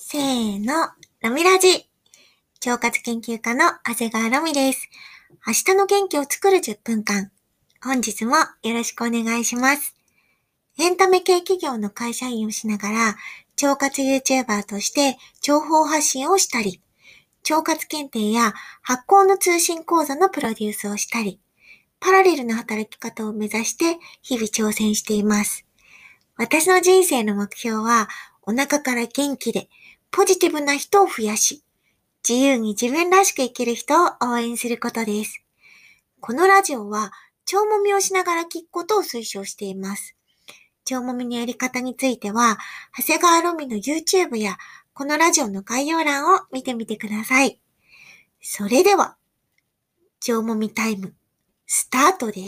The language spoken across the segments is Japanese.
せーの、ロミラジ。腸活研究家の長谷川ロミです。明日の元気を作る10分間。本日もよろしくお願いします。エンタメ系企業の会社員をしながら、腸活 YouTuber として情報発信をしたり、腸活検定や発行の通信講座のプロデュースをしたり、パラレルな働き方を目指して日々挑戦しています。私の人生の目標は、お腹から元気でポジティブな人を増やし、自由に自分らしく生きる人を応援することです。このラジオは、腸もみをしながら聞くことを推奨しています。腸もみのやり方については、長谷川ロミの YouTube や、このラジオの概要欄を見てみてください。それでは、腸もみタイム、スタートです。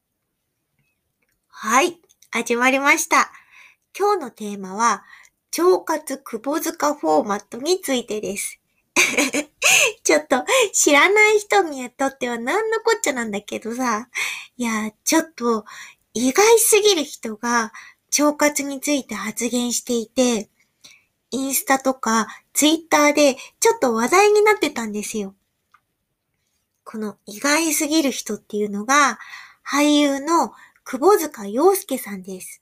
はい、始まりました。今日のテーマは、腸活窪塚フォーマットについてです。ちょっと知らない人にとっては何のこっちゃなんだけどさ、いや、ちょっと意外すぎる人が腸活について発言していて、インスタとかツイッターでちょっと話題になってたんですよ。この意外すぎる人っていうのが俳優の窪塚洋介さんです。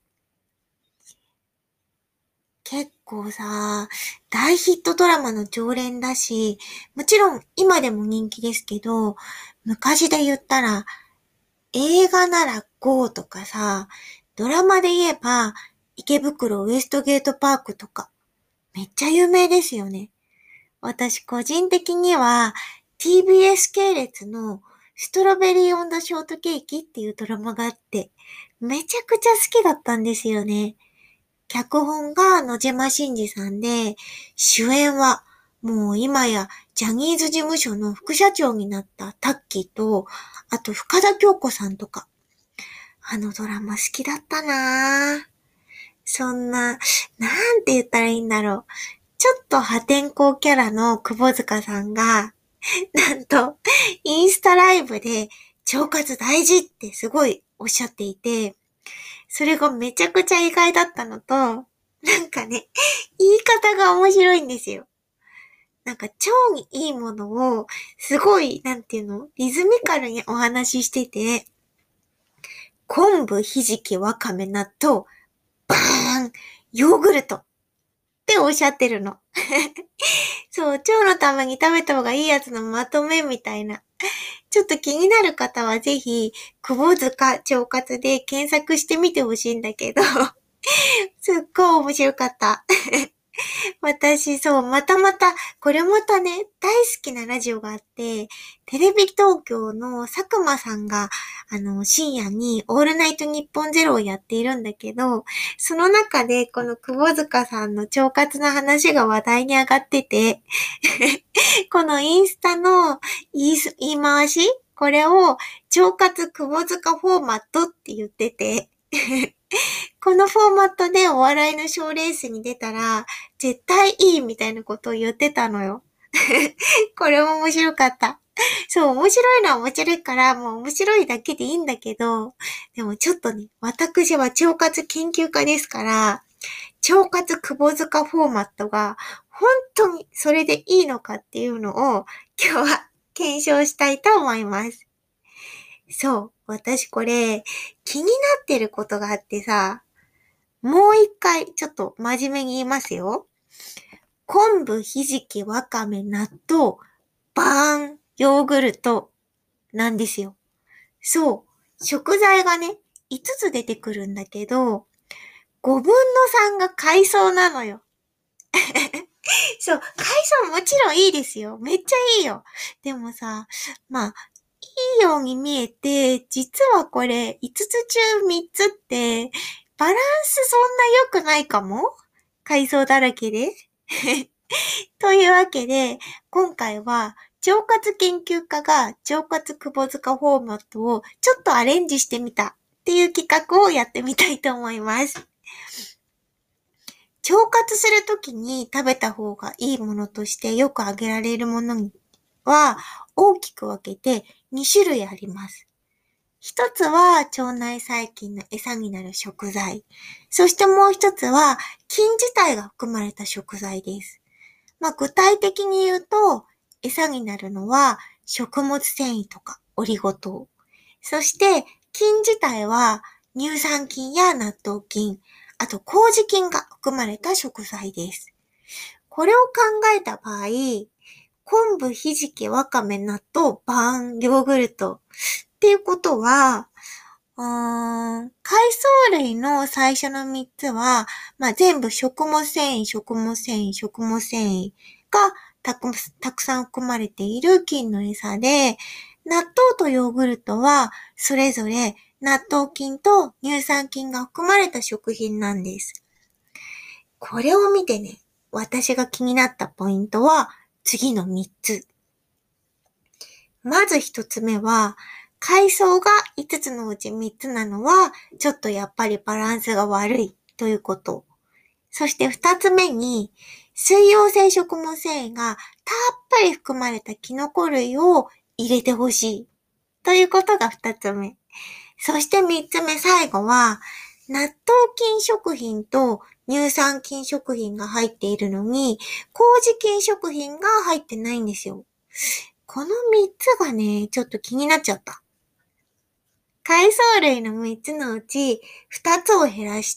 結構さ、大ヒットドラマの常連だし、もちろん今でも人気ですけど、昔で言ったら、映画なら GO とかさ、ドラマで言えば、池袋ウエストゲートパークとか、めっちゃ有名ですよね。私個人的には、TBS 系列のストロベリーオンダショートケーキっていうドラマがあって、めちゃくちゃ好きだったんですよね。脚本が野島伸司さんで、主演はもう今やジャニーズ事務所の副社長になったタッキーと、あと深田恭子さんとか。あのドラマ好きだったなぁ。そんな、なんて言ったらいいんだろう。ちょっと破天荒キャラの窪塚さんが、なんと、インスタライブで腸活大事ってすごいおっしゃっていて、それがめちゃくちゃ意外だったのと、なんかね、言い方が面白いんですよ。なんか腸にいいものを、すごい、なんていうの、リズミカルにお話ししてて、昆布、ひじき、わかめ、納豆、バーン、ヨーグルトっておっしゃってるの。そう、腸のために食べた方がいいやつのまとめみたいな。ちょっと気になる方はぜひ、窪塚腸活で検索してみてほしいんだけど、すっごい面白かった。私、そう、これまたね、大好きなラジオがあって、テレビ東京の佐久間さんが、深夜にオールナイトニッポンゼロをやっているんだけど、その中で、この窪塚さんの腸活の話が話題に上がってて、このインスタの言い回しこれを、腸活窪塚フォーマットって言ってて、このフォーマットでお笑いの賞レースに出たら、絶対いいみたいなことを言ってたのよ。これも面白かった。そう、面白いのは面白いから、もう面白いだけでいいんだけど、でもちょっとね、私は腸活研究家ですから、腸活窪塚フォーマットが、本当にそれでいいのかっていうのを、今日は検証したいと思います。そう、私これ、気になってることがあってさ、もう一回、ちょっと真面目に言いますよ。昆布、ひじき、わかめ、納豆、バーン、ヨーグルト、なんですよ。そう。食材がね、5つ出てくるんだけど、5分の3が海藻なのよ。そう。海藻もちろんいいですよ。めっちゃいいよ。でもさ、まあ、いいように見えて、実はこれ5つ中3つって、バランスそんな良くないかも？海藻だらけで。というわけで、今回は腸活研究家が腸活窪塚フォーマットをちょっとアレンジしてみたっていう企画をやってみたいと思います。腸活するときに食べた方がいいものとしてよく挙げられるものは大きく分けて2種類あります。一つは腸内細菌の餌になる食材。そしてもう一つは菌自体が含まれた食材です。 具体的に言うと、餌になるのは食物繊維とかオリゴ糖。そして、菌自体は乳酸菌や納豆菌、あと麹菌が含まれた食材です。これを考えた場合、昆布、ひじき、わかめ、納豆、パン、ヨーグルトっていうことは、海藻類の最初の3つは、全部食物繊維がたくさん含まれている菌の餌で、納豆とヨーグルトは、それぞれ納豆菌と乳酸菌が含まれた食品なんです。これを見てね、私が気になったポイントは、次の3つ。まず1つ目は、海藻が5つのうち3つなのは、ちょっとやっぱりバランスが悪いということ。そして2つ目に、水溶性食物繊維がたっぷり含まれたキノコ類を入れてほしいということが2つ目。そして3つ目最後は、納豆菌食品と乳酸菌食品が入っているのに、麹菌食品が入ってないんですよ。この3つがね、ちょっと気になっちゃった。海藻類の3つのうち2つを減らして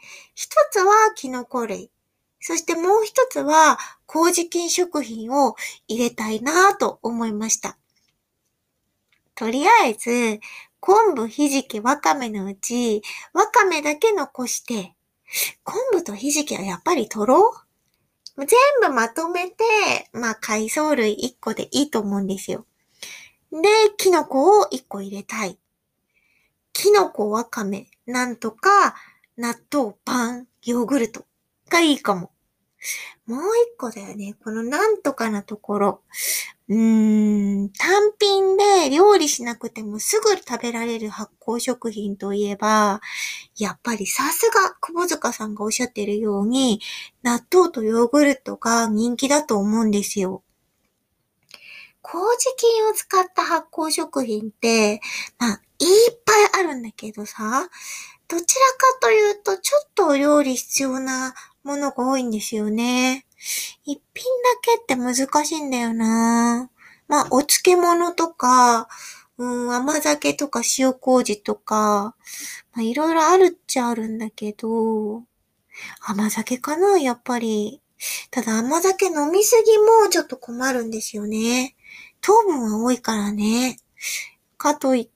、1つはキノコ類、そしてもう1つは麹菌食品を入れたいなぁと思いました。とりあえず、昆布、ひじき、わかめのうち、わかめだけ残して、昆布とひじきはやっぱり取ろう？全部まとめて、海藻類1個でいいと思うんですよ。で、キノコを1個入れたい。キノコ、わかめ、なんとか、納豆、パン、ヨーグルトがいいかも。もう一個だよね。このなんとかなところ。単品で料理しなくてもすぐ食べられる発酵食品といえば、やっぱりさすが窪塚さんがおっしゃっているように、納豆とヨーグルトが人気だと思うんですよ。麹菌を使った発酵食品って、いっぱいあるんだけどさ、どちらかというとちょっとお料理必要なものが多いんですよね。一品だけって難しいんだよな。お漬物とか、甘酒とか塩麹とか、いろいろあるっちゃあるんだけど、甘酒かな、やっぱり。ただ甘酒飲みすぎもちょっと困るんですよね。糖分は多いからね。かといって、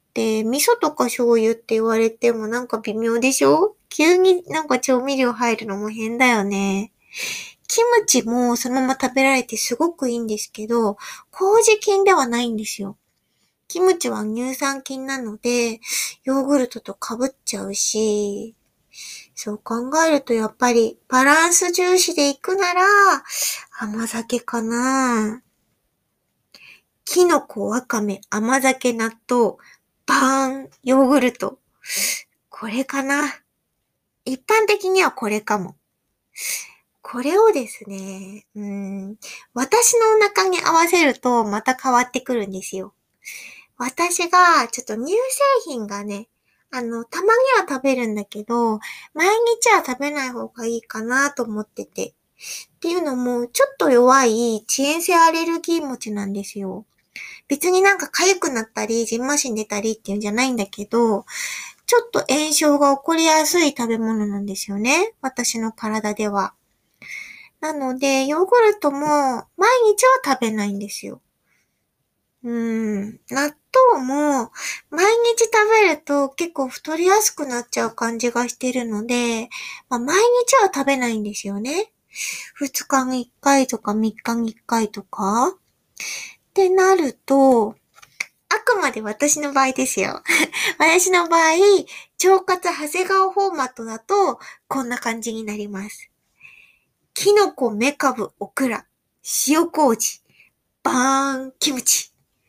味噌とか醤油って言われてもなんか微妙でしょ？急になんか調味料入るのも変だよね。キムチもそのまま食べられてすごくいいんですけど、麹菌ではないんですよ。キムチは乳酸菌なので、ヨーグルトと被っちゃうし、そう考えるとやっぱりバランス重視でいくなら甘酒かな。キノコ、わかめ、甘酒、納豆、パン、ヨーグルト。これかな。一般的にはこれかも。これをですね、私のお腹に合わせるとまた変わってくるんですよ。私がちょっと乳製品がね、たまには食べるんだけど、毎日は食べない方がいいかなと思ってて。っていうのも、ちょっと弱い遅延性アレルギー持ちなんですよ。別になんか痒くなったり、蕁麻疹出たりっていうんじゃないんだけど、ちょっと炎症が起こりやすい食べ物なんですよね。私の体では。なので、ヨーグルトも毎日は食べないんですよ。納豆も毎日食べると結構太りやすくなっちゃう感じがしてるので、毎日は食べないんですよね。2日に1回とか3日に1回とかってなると、あくまで私の場合ですよ。私の場合、腸活長谷川フォーマットだとこんな感じになります。キノコ、メカブ、オクラ、塩麹、バーン、キムチ。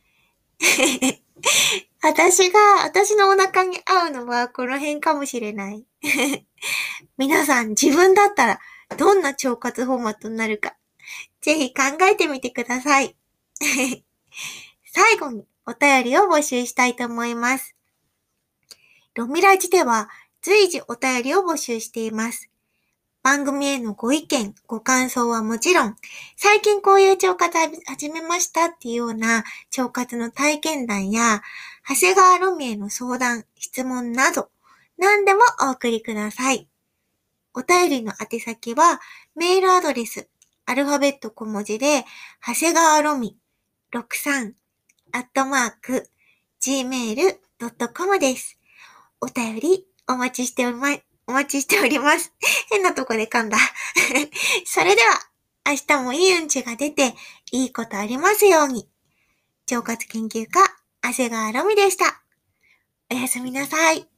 私のお腹に合うのはこの辺かもしれない。皆さん自分だったらどんな腸活フォーマットになるか、ぜひ考えてみてください。最後にお便りを募集したいと思います。ロミラジでは随時お便りを募集しています。 番組へのご意見、ご感想はもちろん、最近こういう腸活始めましたっていうような腸活の体験談や、長谷川ロミへの相談、質問など、何でもお送りください。お便りの宛先は、メールアドレス、アルファベット小文字で、長谷川ロミ63@gmail.com です。お便りお待ちしております。変なとこで噛んだ。それでは、明日もいいうんちが出て、いいことありますように。腸活研究家、長谷川ロミでした。おやすみなさい。